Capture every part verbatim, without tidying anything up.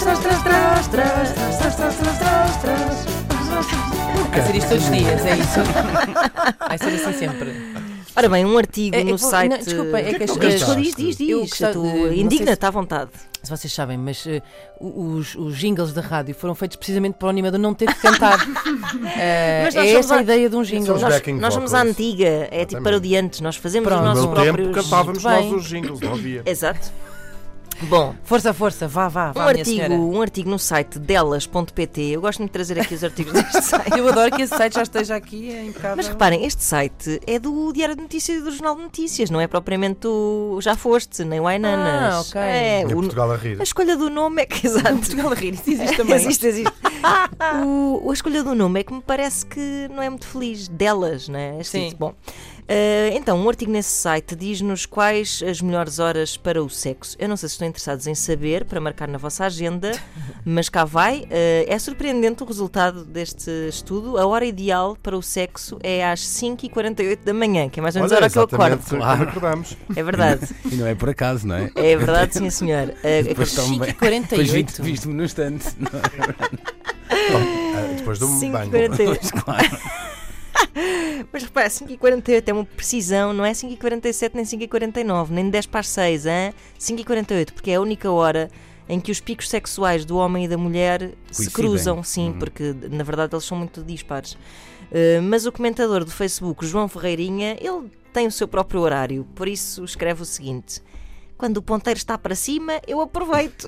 tras, tras, tras, tras, tras, tras, tras, tras, tras, tras, tras. Vai ser isto todos os dias, é isso. Vai ser assim sempre. Ora bem, um artigo É, é no que vou- site. não, desculpa, é que as- Diz, as- diz, diz, diz. Eu gostava Tu de- não sei indigna-te se- à vontade. Se vocês sabem, mas uh, os, os jingles da rádio foram feitos precisamente para o animador não ter que cantar. Uh, Mas nós é somos essa a a- ideia de um jingle. Os Nós, backing nós somos a vocals. antiga, é tipo Exatamente. parodiantes, nós fazemos Pronto. os No nossos meu próprios. tempo cantávamos Muito nós bem. os jingles, não havia. Exato. Bom, Força, força, vá, vá, um vá, minha artigo, senhora. um artigo no site delas ponto pt. Eu gosto muito de trazer aqui os artigos deste site. Eu adoro que esse site já esteja aqui, é impecável. Mas reparem, este site é do Diário de Notícias e do Jornal de Notícias, não é propriamente o Já Foste, nem o Ainanas. Ah, ok. É, É o- Portugal a rir. a escolha do nome é que. Exato. Portugal a rir, isso existe também. Existe, existe. o, a escolha do nome é que me parece que não é muito feliz. Delas, não é? Este Sim. título. Bom, eh, então, um artigo nesse site diz-nos quais as melhores horas para o sexo. Eu não sei se estão interessados em saber, para marcar na vossa agenda, mas cá vai. Eh, é surpreendente o resultado deste estudo. A hora ideal para o sexo é às cinco e quarenta e oito da manhã, que é mais ou menos a Olha, hora que eu acordo. exatamente Claro. quando acordamos. É verdade. E não é por acaso, não é? É verdade, sim, senhor. Eh, Depois tão bem. quarenta e Depois oito. vi- viste-me no instante. Não é? Bom, ah, depois do cinco e banho. quarenta e oito. Pois, claro. Mas repara, cinco e quarenta e oito é uma precisão, não é cinco e quarenta e sete nem cinco e quarenta e nove, nem dez para as seis, hein? cinco e quarenta e oito, porque é a única hora em que os picos sexuais do homem e da mulher se Coincidem. cruzam, sim, Uhum. porque na verdade eles são muito dispares. Uh, mas o comentador do Facebook, João Ferreirinha, ele tem o seu próprio horário, por isso escreve o seguinte: quando o ponteiro está para cima, eu aproveito.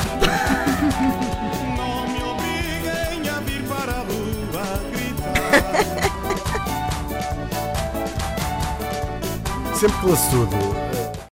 Não me obriguem a vir para a rua gritar. Sempre classudo.